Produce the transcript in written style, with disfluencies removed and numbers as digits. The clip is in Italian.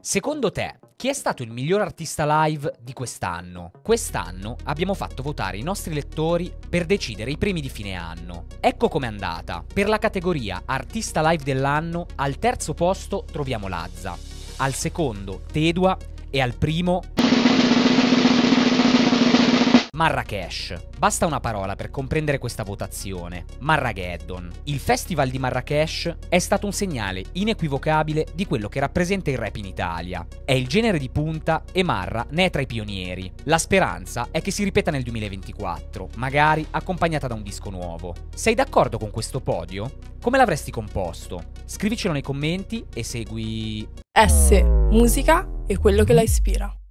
Secondo te, chi è stato il miglior artista live di quest'anno? Quest'anno abbiamo fatto votare i nostri lettori per decidere i premi di fine anno. Ecco com'è andata. Per la categoria Artista Live dell'anno, al terzo posto troviamo Lazza, al secondo Tedua e al primo Marrakesh. Basta una parola per comprendere questa votazione: Marrageddon. Il festival di Marrakesh è stato un segnale inequivocabile di quello che rappresenta il rap in Italia. È il genere di punta e Marra ne è tra i pionieri. La speranza è che si ripeta nel 2024, magari accompagnata da un disco nuovo. Sei d'accordo con questo podio? Come l'avresti composto? Scrivicelo nei commenti e segui S, musica e quello che la ispira.